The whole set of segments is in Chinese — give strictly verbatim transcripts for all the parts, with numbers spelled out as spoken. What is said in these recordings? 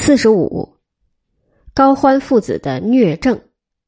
四十五，高欢父子的虐政。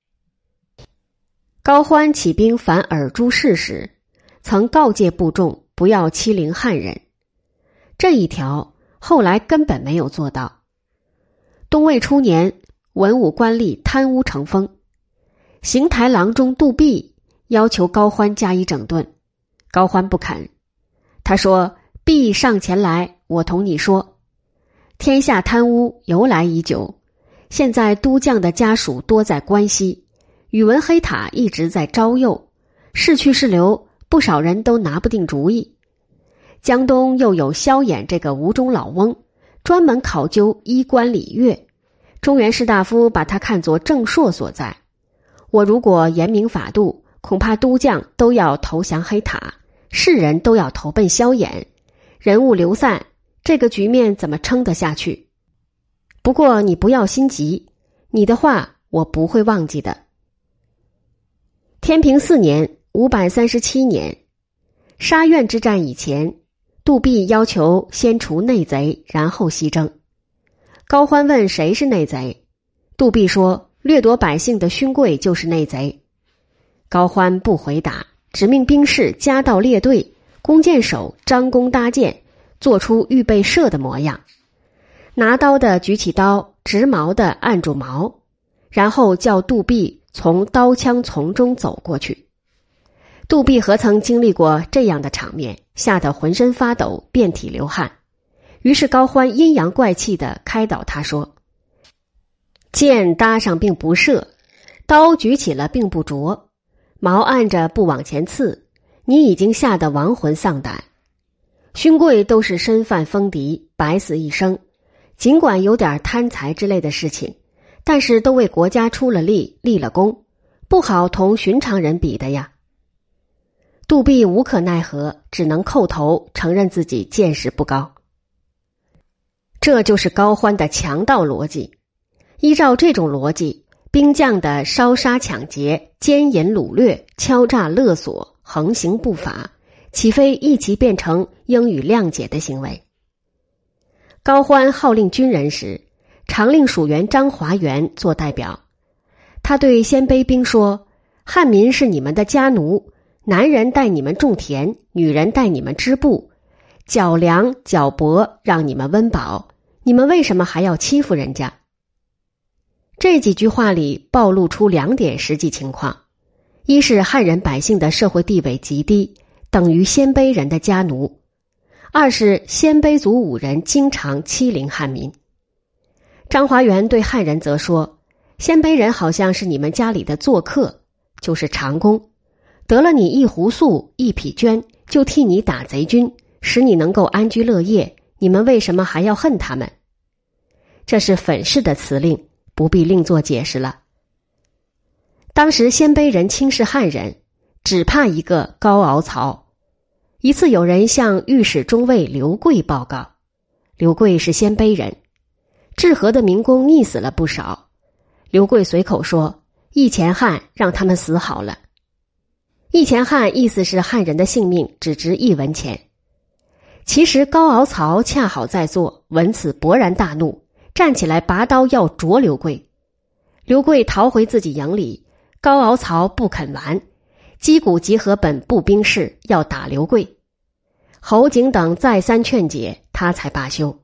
高欢起兵反尔朱氏时，曾告诫部众不要欺凌汉人，这一条后来根本没有做到。东魏初年，文武官吏贪污成风，刑台郎中杜弼要求高欢加以整顿，高欢不肯。他说：“弼上前来，我同你说，天下贪污由来已久，现在都将的家属多在关西，宇文黑塔一直在招诱，是去是留，不少人都拿不定主意。江东又有萧衍这个吴中老翁，专门考究衣冠礼乐，中原士大夫把他看作正朔所在。我如果严明法度，恐怕都将都要投降黑塔，士人都要投奔萧衍，人物流散，这个局面怎么撑得下去？不过你不要心急，你的话我不会忘记的。”天平四年五百三十七年，沙苑之战以前，杜弼要求先除内贼，然后西征。高欢问谁是内贼，杜弼说掠夺百姓的勋贵就是内贼。高欢不回答，指命兵士夹道列队，弓箭手张弓搭箭，做出预备射的模样。拿刀的举起刀，执矛的按住矛，然后叫杜弼从刀枪丛中走过去。杜弼何曾经历过这样的场面，吓得浑身发抖，遍体流汗。于是高欢阴阳怪气地开导他说：“箭搭上并不射，刀举起了并不着，矛按着不往前刺，你已经吓得亡魂丧胆。勋贵都是身犯风敌，百死一生，尽管有点贪财之类的事情，但是都为国家出了力，立了功，不好同寻常人比的呀。”杜弼无可奈何，只能叩头承认自己见识不高。这就是高欢的强盗逻辑。依照这种逻辑，兵将的烧杀抢劫、奸淫掳掠、敲诈勒索、横行不法，岂非一起变成应予谅解的行为？高欢号令军人时，常令属员张华元做代表。他对鲜卑兵说：“汉民是你们的家奴，男人带你们种田，女人带你们织布，缴粮缴帛让你们温饱，你们为什么还要欺负人家？”这几句话里暴露出两点实际情况：一是汉人百姓的社会地位极低，等于鲜卑人的家奴；二是鲜卑族武人经常欺凌汉民。张华元对汉人则说：“鲜卑人好像是你们家里的做客，就是长工，得了你一壶粟一匹绢，就替你打贼军，使你能够安居乐业，你们为什么还要恨他们？”这是粉饰的辞令，不必另做解释了。当时鲜卑人轻视汉人，只怕一个高敖曹。一次有人向御史中尉刘贵报告，刘贵是鲜卑人，治河的民工溺死了不少。刘贵随口说：“义前汉让他们死好了。”义前汉意思是汉人的性命只值一文钱。其实高敖曹恰好在座，闻此勃然大怒，站起来拔刀要啄刘贵。刘贵逃回自己营里，高敖曹不肯完，击鼓集合本部兵士要打刘贵。侯景等再三劝解，他才罢休。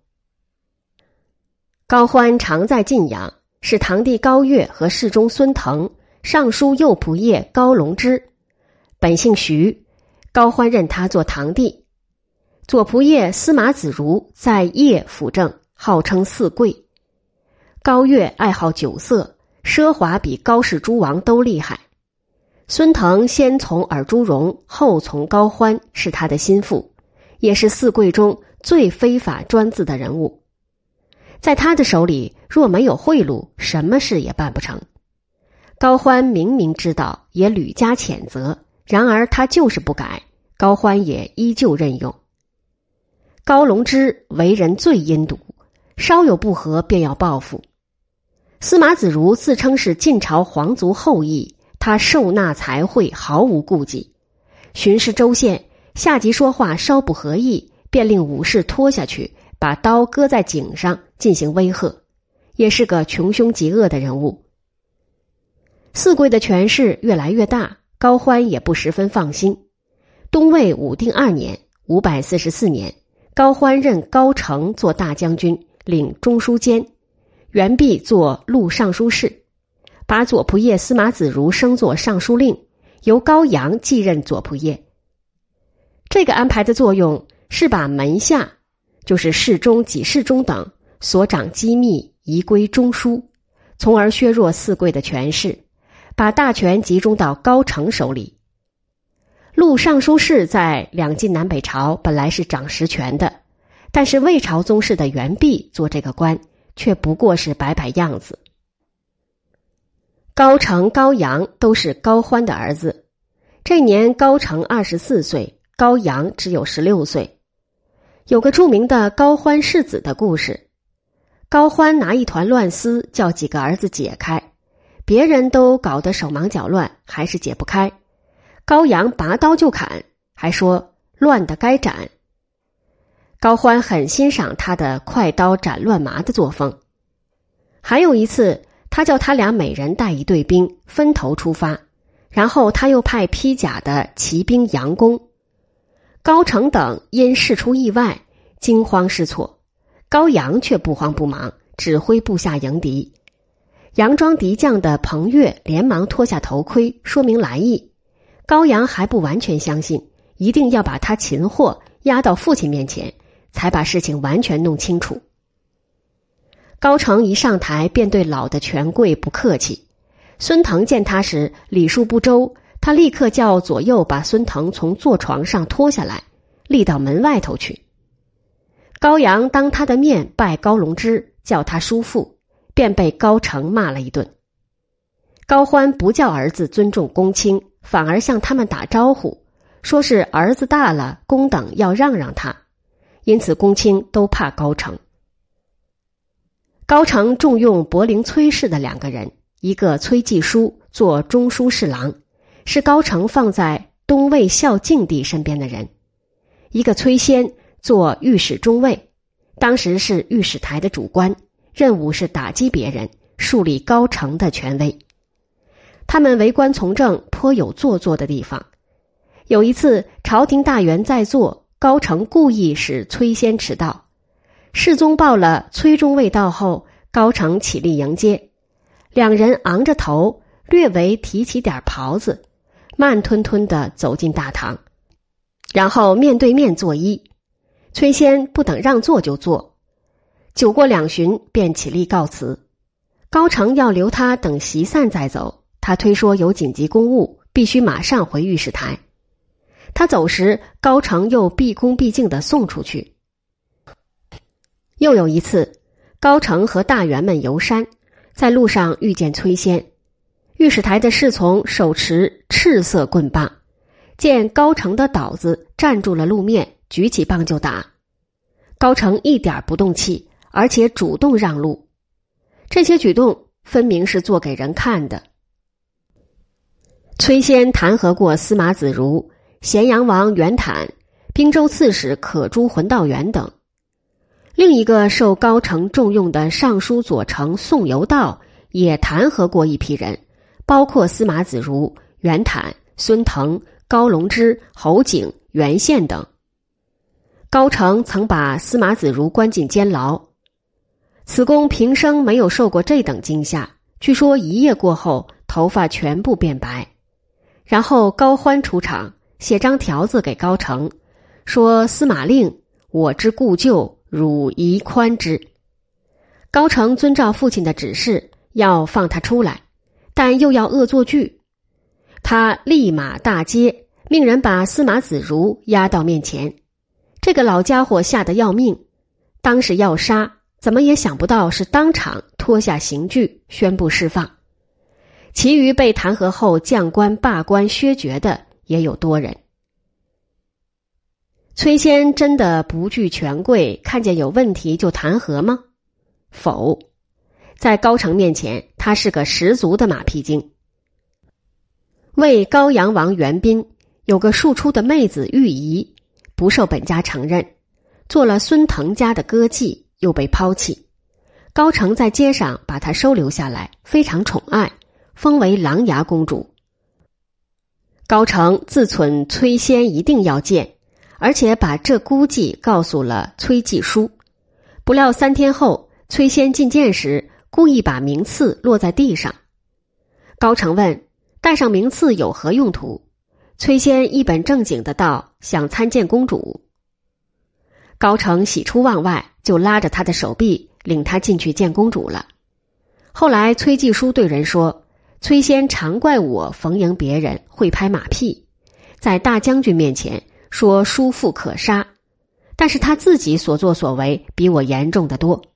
高欢常在晋阳，是堂弟高岳和侍中孙腾、尚书右仆射高龙之，本姓徐，高欢认他做堂弟。左仆射司马子如在邺辅政，号称四贵。高岳爱好酒色，奢华比高氏诸王都厉害。孙腾先从尔朱荣，后从高欢，是他的心腹，也是四贵中最非法专制的人物。在他的手里，若没有贿赂，什么事也办不成。高欢明明知道，也屡加谴责，然而他就是不改，高欢也依旧任用。高龙之为人最阴毒，稍有不和便要报复。司马子如自称是晋朝皇族后裔，他受纳财贿，毫无顾忌。巡视州县，下级说话稍不合意，便令武士拖下去，把刀搁在颈上进行威吓。 也是个穷凶极恶的人物。四贵的权势越来越大，高欢也不十分放心。东魏武定二年五百四十四年，高欢任高澄做大将军，领中书监，袁弼做录尚书事，把左仆射司马子如升作尚书令，由高阳继任左仆射。这个安排的作用是把门下，就是侍中、给事中等所掌机密移归中书，从而削弱四贵的权势，把大权集中到高澄手里。录尚书事在两晋南北朝本来是掌实权的，但是魏朝宗室的袁弼做这个官却不过是摆摆样子。高澄、高阳都是高欢的儿子，这年高澄二十四岁，高阳只有十六岁。有个著名的高欢世子的故事，高欢拿一团乱丝叫几个儿子解开，别人都搞得手忙脚乱，还是解不开。高阳拔刀就砍，还说乱的该斩。高欢很欣赏他的快刀斩乱麻的作风。还有一次，他叫他俩每人带一队兵，分头出发，然后他又派披甲的骑兵佯攻。高澄等因事出意外，惊慌失措，高阳却不慌不忙，指挥部下迎敌。佯装敌将的彭越连忙脱下头盔，说明来意。高阳还不完全相信，一定要把他擒获，押到父亲面前，才把事情完全弄清楚。高澄一上台便对老的权贵不客气，孙腾见他时礼数不周，他立刻叫左右把孙腾从坐床上拖下来，立到门外头去。高阳当他的面拜高龙之，叫他叔父，便被高澄骂了一顿。高欢不叫儿子尊重公卿，反而向他们打招呼，说是儿子大了，公等要让让他，因此公卿都怕高澄。高澄重用柏陵崔氏的两个人，一个崔继书做中书侍郎，是高澄放在东魏孝敬帝身边的人；一个崔先做御史中尉，当时是御史台的主官，任务是打击别人，树立高澄的权威。他们为官从政，颇有做作的地方。有一次朝廷大员在座，高澄故意使崔先迟到。世宗报了崔中尉到后，高澄起立迎接，两人昂着头，略微提起点袍子，慢吞吞地走进大堂，然后面对面作揖。崔先不等让座就坐，酒过两巡便起立告辞。高澄要留他等席散再走，他推说有紧急公务，必须马上回御史台。他走时，高澄又毕恭毕敬地送出去。又有一次，高澄和大员们游山，在路上遇见崔先，御史台的侍从手持赤色棍棒，见高澄的倒子站住了路面，举起棒就打。高澄一点不动气，而且主动让路，这些举动分明是做给人看的。崔先弹劾过司马子如、咸阳王袁坦、滨州刺史可诛浑道元等。另一个受高澄重用的尚书左丞宋由道也弹劾过一批人，包括司马子如、袁坦、孙腾、高龙之、侯景、袁宪等。高澄曾把司马子如关进监牢，此公平生没有受过这等惊吓，据说一夜过后头发全部变白。然后高欢出场，写张条子给高澄，说司马令，我之故旧，汝宜宽之。高澄遵照父亲的指示，要放他出来，但又要恶作剧。他立马大街，命人把司马子如押到面前。这个老家伙吓得要命，当时要杀，怎么也想不到是当场脱下刑具，宣布释放。其余被弹劾后降官罢官削爵的也有多人。崔先真的不惧权贵，看见有问题就弹劾吗？否，在高澄面前，他是个十足的马屁精。魏高阳王元彬有个庶出的妹子玉仪，不受本家承认，做了孙腾家的歌妓，又被抛弃。 高澄在街上把她收留下来，非常宠爱，封为琅琊公主。高澄自忖崔仙一定要见，而且把这估计告诉了崔继书。不料三天后，崔仙觐见时，故意把名次落在地上。高澄问：带上名次有何用途？崔仙一本正经的道：想参见公主。高澄喜出望外，就拉着他的手臂，领他进去见公主了。后来崔继书对人说，崔仙常怪我逢迎别人会拍马屁，在大将军面前说叔父可杀，但是他自己所作所为比我严重得多。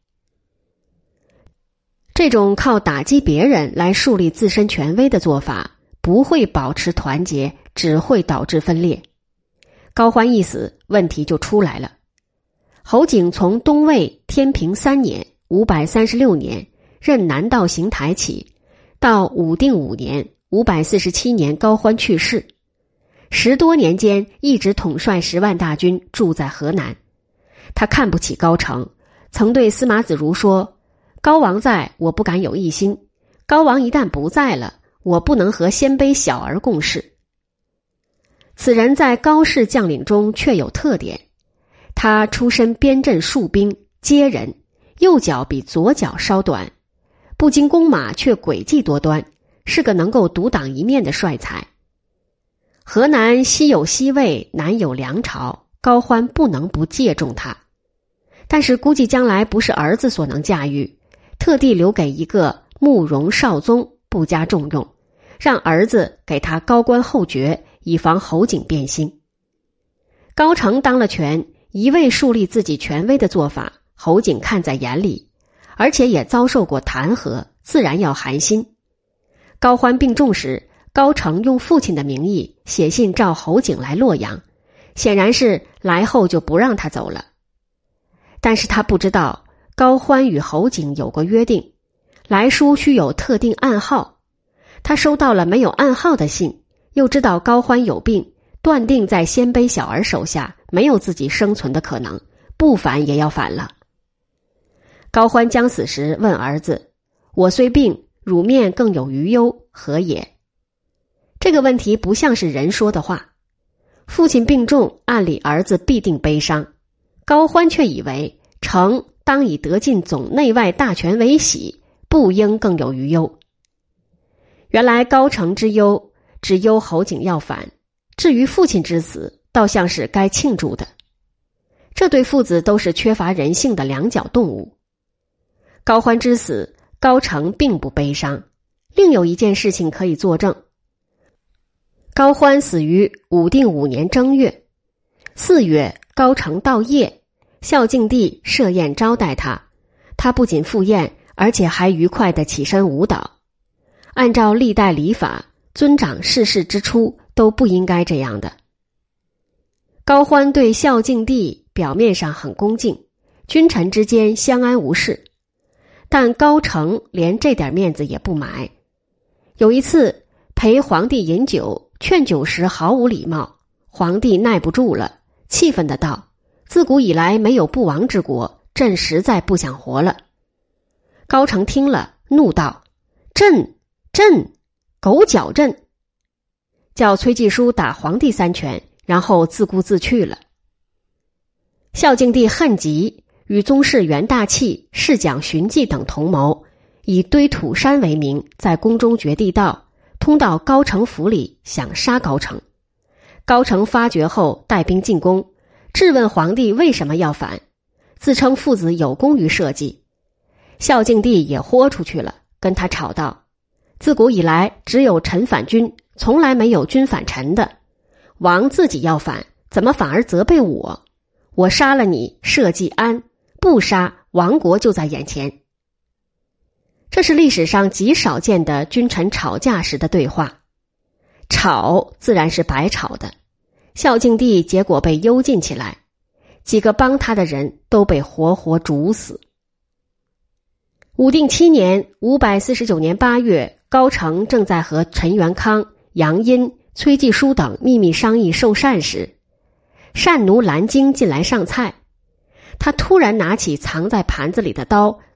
这种靠打击别人来树立自身权威的做法，不会保持团结，只会导致分裂。高欢一死，问题就出来了。侯景从东魏天平三年五百三十六年任南道行台起，到武定五年五百四十七年高欢去世，十多年间一直统帅十万大军住在河南。他看不起高澄，曾对司马子如说：高王在，我不敢有异心；高王一旦不在了，我不能和鲜卑小儿共事。此人在高氏将领中确有特点，他出身边镇戍兵，接人，右脚比左脚稍短，不经弓马却诡计多端，是个能够独当一面的帅才。河南西有西魏，南有梁朝，高欢不能不借重他，但是估计将来不是儿子所能驾驭，特地留给一个慕容少宗，不加重用，让儿子给他高官厚爵，以防侯景变心。高澄当了权，一味树立自己权威的做法，侯景看在眼里，而且也遭受过弹劾，自然要寒心。高欢病重时，高澄用父亲的名义写信召侯景来洛阳，显然是来后就不让他走了。但是他不知道高欢与侯景有过约定，来书须有特定暗号。他收到了没有暗号的信，又知道高欢有病，断定在鲜卑小儿手下没有自己生存的可能，不反也要反了。高欢将死时问儿子：我虽病，汝面更有余忧，何也？这个问题不像是人说的话。父亲病重，按理儿子必定悲伤，高欢却以为诚当以得尽总内外大权为喜，不应更有余忧。原来高澄之忧只忧侯景要反，至于父亲之死，倒像是该庆祝的。这对父子都是缺乏人性的两脚动物。高欢之死，高澄并不悲伤，另有一件事情可以作证。高欢死于武定五年正月，四月高澄到夜，孝敬帝设宴招待他，他不仅赴宴，而且还愉快地起身舞蹈。按照历代礼法，尊长逝世之初都不应该这样的。高欢对孝敬帝表面上很恭敬，君臣之间相安无事，但高澄连这点面子也不买。有一次陪皇帝饮酒，劝酒时毫无礼貌，皇帝耐不住了，气愤的道：自古以来没有不亡之国，朕实在不想活了。高澄听了，怒道：朕朕狗脚朕！叫崔继书打皇帝三拳，然后自顾自去了。孝敬帝恨极，与宗室袁大器、侍讲荀记等同谋，以堆土山为名，在宫中掘地道，通到高澄府里，想杀高澄。高澄发觉后，带兵进宫，质问皇帝为什么要反，自称父子有功于社稷。孝敬帝也豁出去了，跟他吵道：自古以来只有臣反君，从来没有君反臣的。王自己要反，怎么反而责备我？我杀了你，社稷安；不杀，亡国就在眼前。这是历史上极少见的君臣吵架时的对话。吵自然是白吵的，孝敬帝结果被幽禁起来，几个帮他的人都被活活煮死。武定七年五百四十九年八月，高澄正在和陈元康、杨殷、崔继书等秘密商议授禅时，膳奴蓝京进来上菜。他突然拿起藏在盘子里的刀，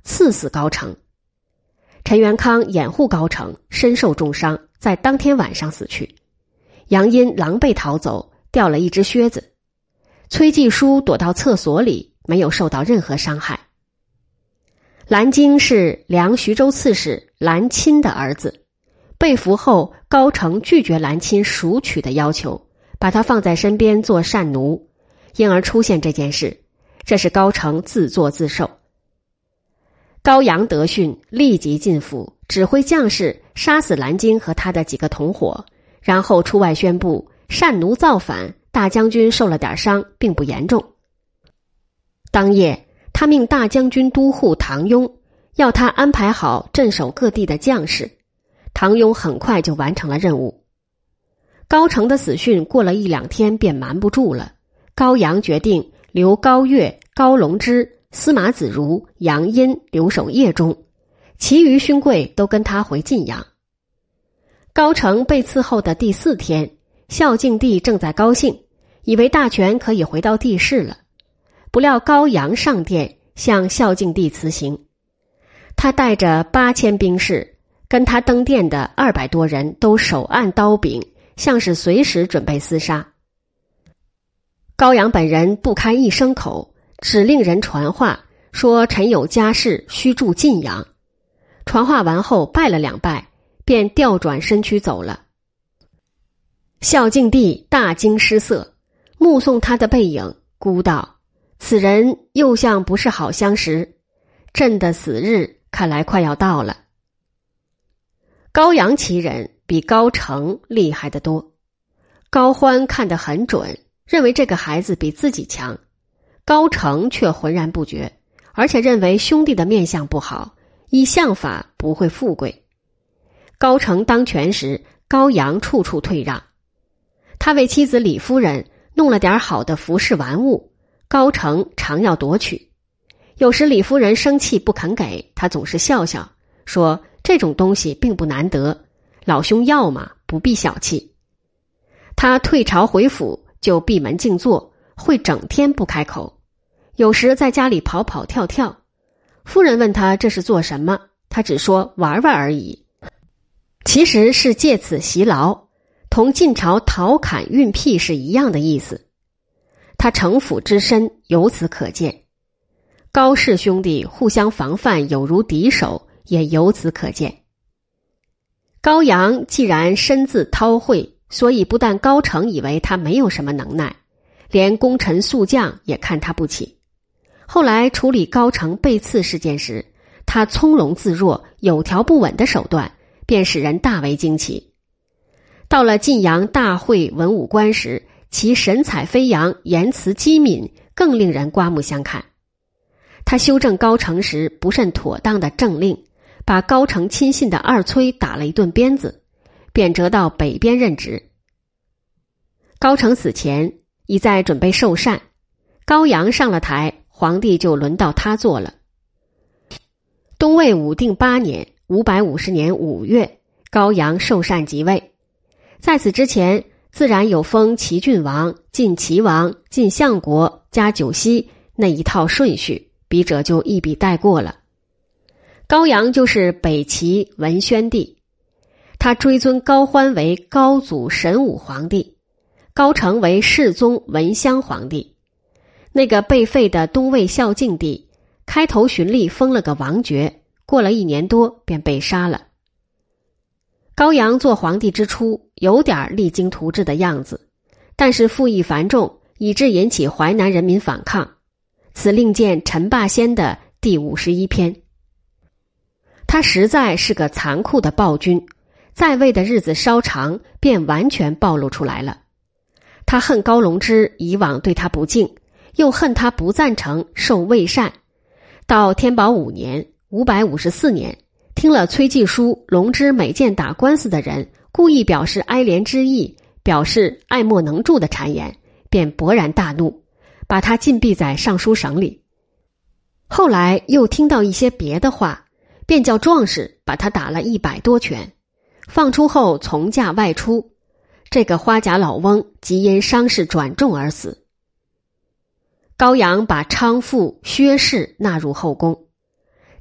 刺死高成。陈元康掩护高成，身受重伤，在当天晚上死去。杨殷狼狈逃走，掉了一只靴子。崔继书躲到厕所里，没有受到任何伤害。蓝京是梁徐州刺史蓝钦的儿子，被俘后，高成拒绝蓝钦赎娶的要求，把他放在身边做善奴，因而出现这件事，这是高成自作自受。高阳得讯，立即进府，指挥将士杀死蓝京和他的几个同伙，然后出外宣布善奴造反，大将军受了点伤，并不严重。当夜，他命大将军都护唐雍，要他安排好镇守各地的将士。唐雍很快就完成了任务。高成的死讯过了一两天便瞒不住了，高阳决定留高岳、高龙之、司马子如、杨殷留守邺中，其余勋贵都跟他回晋阳。高成被刺后的第四天，孝敬帝正在高兴，以为大权可以回到帝室了，不料高阳上殿向孝敬帝辞行。他带着八千兵士，跟他登殿的二百多人都手按刀柄，像是随时准备厮杀。高阳本人不开一声口，只令人传话说臣有家事需住晋阳。传话完后拜了两拜，便调转身躯走了。孝敬帝大惊失色，目送他的背影，孤道：此人又像不是好相识，朕的死日看来快要到了。高阳其人比高成厉害得多，高欢看得很准，认为这个孩子比自己强，高成却浑然不觉，而且认为兄弟的面相不好，依相法不会富贵。高成当权时，高阳处处退让，他为妻子李夫人弄了点好的服饰玩物，高成常要夺取。有时李夫人生气不肯给，他总是笑笑，说这种东西并不难得，老兄要嘛，不必小气。他退朝回府就闭门静坐，会整天不开口，有时在家里跑跑跳跳。夫人问他这是做什么，他只说玩玩而已，其实是借此习劳，同晋朝讨砍运辟是一样的意思。他城府之深由此可见，高氏兄弟互相防范有如敌手也由此可见。高阳既然身自韬晦，所以不但高成以为他没有什么能耐，连功臣宿将也看他不起。后来处理高成被刺事件时，他从容自若、有条不紊的手段便使人大为惊奇。到了晋阳大会文武官时，其神采飞扬、言辞机敏，更令人刮目相看。他修正高成时不甚妥当的政令，把高成亲信的二崔打了一顿鞭子，便折到北边任职。高成死前已在准备受禅，高阳上了台，皇帝就轮到他做了。东魏武定八年五百五十年五月，高阳受禅即位。在此之前，自然有封齐郡王、晋齐王、晋相国加九锡那一套顺序，笔者就一笔带过了。高阳就是北齐文宣帝，他追尊高欢为高祖神武皇帝，高成为世宗文襄皇帝。那个被废的东魏孝敬帝，开头循例封了个王爵，过了一年多便被杀了。高阳做皇帝之初有点励精图治的样子，但是赋役繁重，以致引起淮南人民反抗。此另见陈霸先的第五十一篇。他实在是个残酷的暴君，在位的日子稍长，便完全暴露出来了。他恨高龙之以往对他不敬，又恨他不赞成受魏禅。到天宝五年五百五十四年，听了崔继书、龙之每见打官司的人故意表示哀怜之意，表示爱莫能助的谗言，便勃然大怒，把他禁闭在尚书省里。后来又听到一些别的话，便叫壮士把他打了一百多拳，放出后从驾外出。这个花甲老翁即因伤势转重而死。高阳把昌父、薛氏纳入后宫，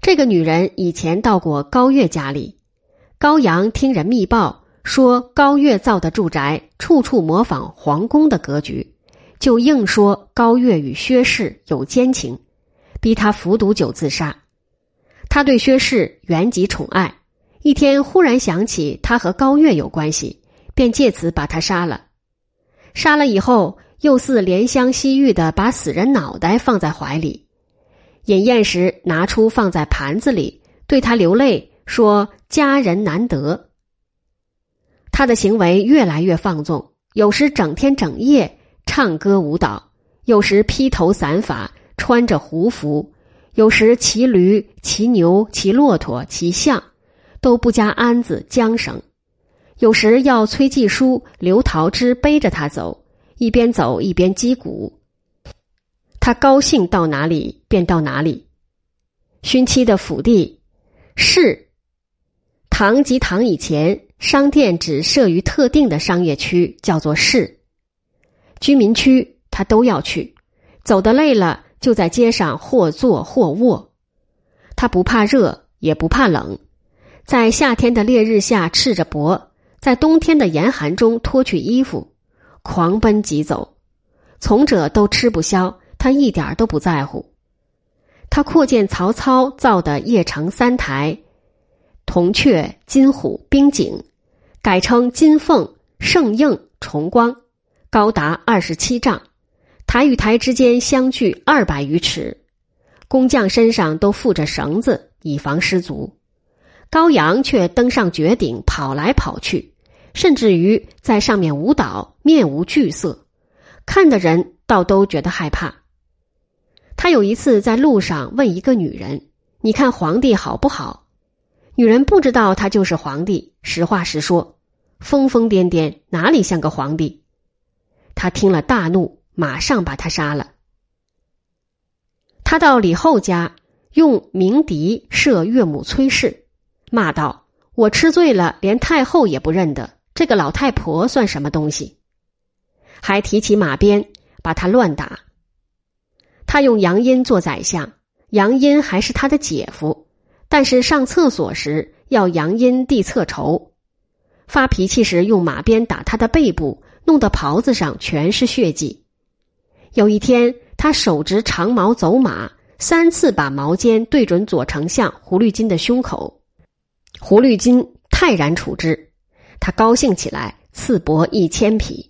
这个女人以前到过高岳家里，高阳听人密报说高岳造的住宅处处模仿皇宫的格局，就硬说高岳与薛氏有奸情，逼他服毒酒自杀。他对薛氏原极宠爱，一天忽然想起他和高岳有关系，便借此把他杀了。杀了以后，又似怜香惜玉地把死人脑袋放在怀里，饮宴时拿出放在盘子里，对他流泪说佳人难得。他的行为越来越放纵，有时整天整夜唱歌舞蹈，有时披头散发穿着胡服，有时骑驴骑牛骑骆驼骑象，都不加鞍子缰绳，有时要崔继书刘桃枝背着他走，一边走一边击鼓，他高兴到哪里便到哪里。勋妻的府邸市，唐及唐以前，商店只设于特定的商业区，叫做市。居民区他都要去，走得累了就在街上或坐或卧。他不怕热也不怕冷，在夏天的烈日下赤着脖，在冬天的严寒中脱去衣服，狂奔疾走，从者都吃不消，他一点都不在乎。他扩建曹操造的邺城三台铜雀、金虎、冰井，改称金凤、圣应、崇光，高达二十七丈，台与台之间相距二百余尺，工匠身上都附着绳子，以防失足。高阳却登上绝顶跑来跑去，甚至于在上面舞蹈，面无惧色，看的人倒都觉得害怕。他有一次在路上问一个女人，你看皇帝好不好？女人不知道他就是皇帝，实话实说，疯疯癫癫，哪里像个皇帝？他听了大怒，马上把他杀了。他到李后家，用鸣笛射岳母崔氏，骂道：我吃醉了，连太后也不认得，这个老太婆算什么东西？还提起马鞭，把他乱打。他用杨殷做宰相，杨殷还是他的姐夫，但是上厕所时要杨殷递侧筹，发脾气时用马鞭打他的背部，弄得袍子上全是血迹。有一天，他手执长矛走马，三次把矛尖对准左丞相胡律金的胸口，胡律金泰然处之，他高兴起来，赐帛一千匹。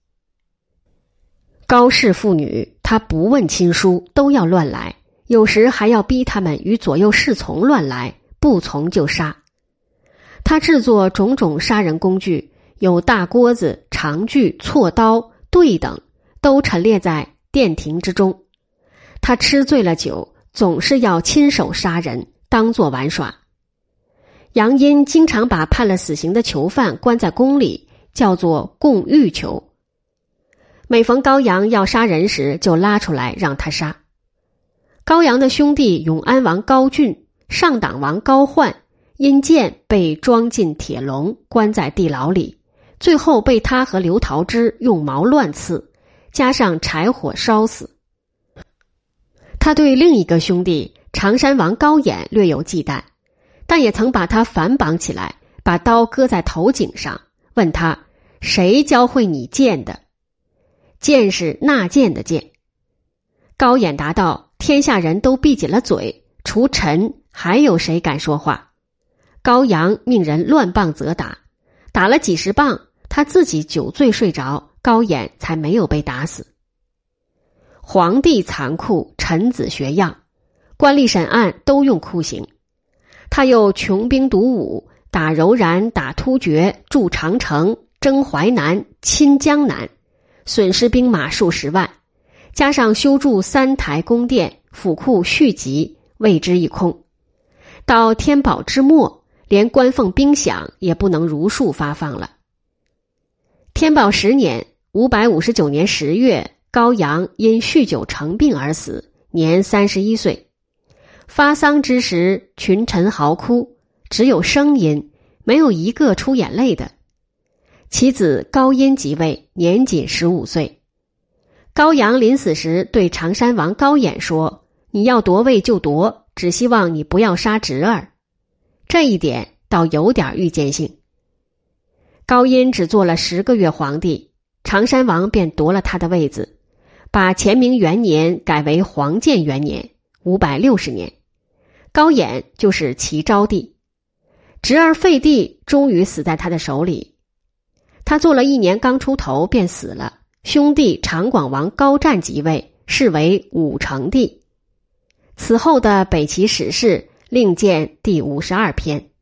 高氏妇女，他不问亲疏，都要乱来，有时还要逼他们与左右侍从乱来，不从就杀。他制作种种杀人工具，有大锅子、长锯、锉刀、对等，都陈列在殿庭之中。他吃醉了酒，总是要亲手杀人，当作玩耍。杨殷经常把判了死刑的囚犯关在宫里，叫做供狱囚。每逢高阳要杀人时，就拉出来让他杀。高阳的兄弟永安王高峻、上党王高焕因剑被装进铁笼，关在地牢里，最后被他和刘桃枝用矛乱刺，加上柴火烧死。他对另一个兄弟常山王高演略有忌惮，但也曾把他反绑起来，把刀搁在头颈上，问他谁教会你剑的？剑是纳谏的剑。高演答道：天下人都闭紧了嘴，除臣还有谁敢说话？高阳命人乱棒责打，打了几十棒，他自己酒醉睡着，高演才没有被打死。皇帝残酷，臣子学样，官吏审案都用酷刑。他又穷兵黩武，打柔然，打突厥，筑长城，征淮南，侵江南，损失兵马数十万，加上修筑三台宫殿，府库续集，为之一空。到天宝之末，连官俸兵饷也不能如数发放了。天宝十年五百五十九年十月，高阳因酗酒成病而死，年三十一岁。发丧之时，群臣嚎哭，只有声音，没有一个出眼泪的。其子高殷即位，年仅十五岁。高阳临死时对常山王高演说：你要夺位就夺， 只希望你不要杀侄儿，这一点倒有点预见性。高殷只做了十个月皇帝，常山王便夺了他的位子，把乾明元年改为黄建元年，五百六十年。高演就是其昭帝，侄儿废帝终于死在他的手里。他做了一年刚出头便死了，兄弟长广王高湛即位，是为武成帝。此后的北齐史事另见第五十二篇。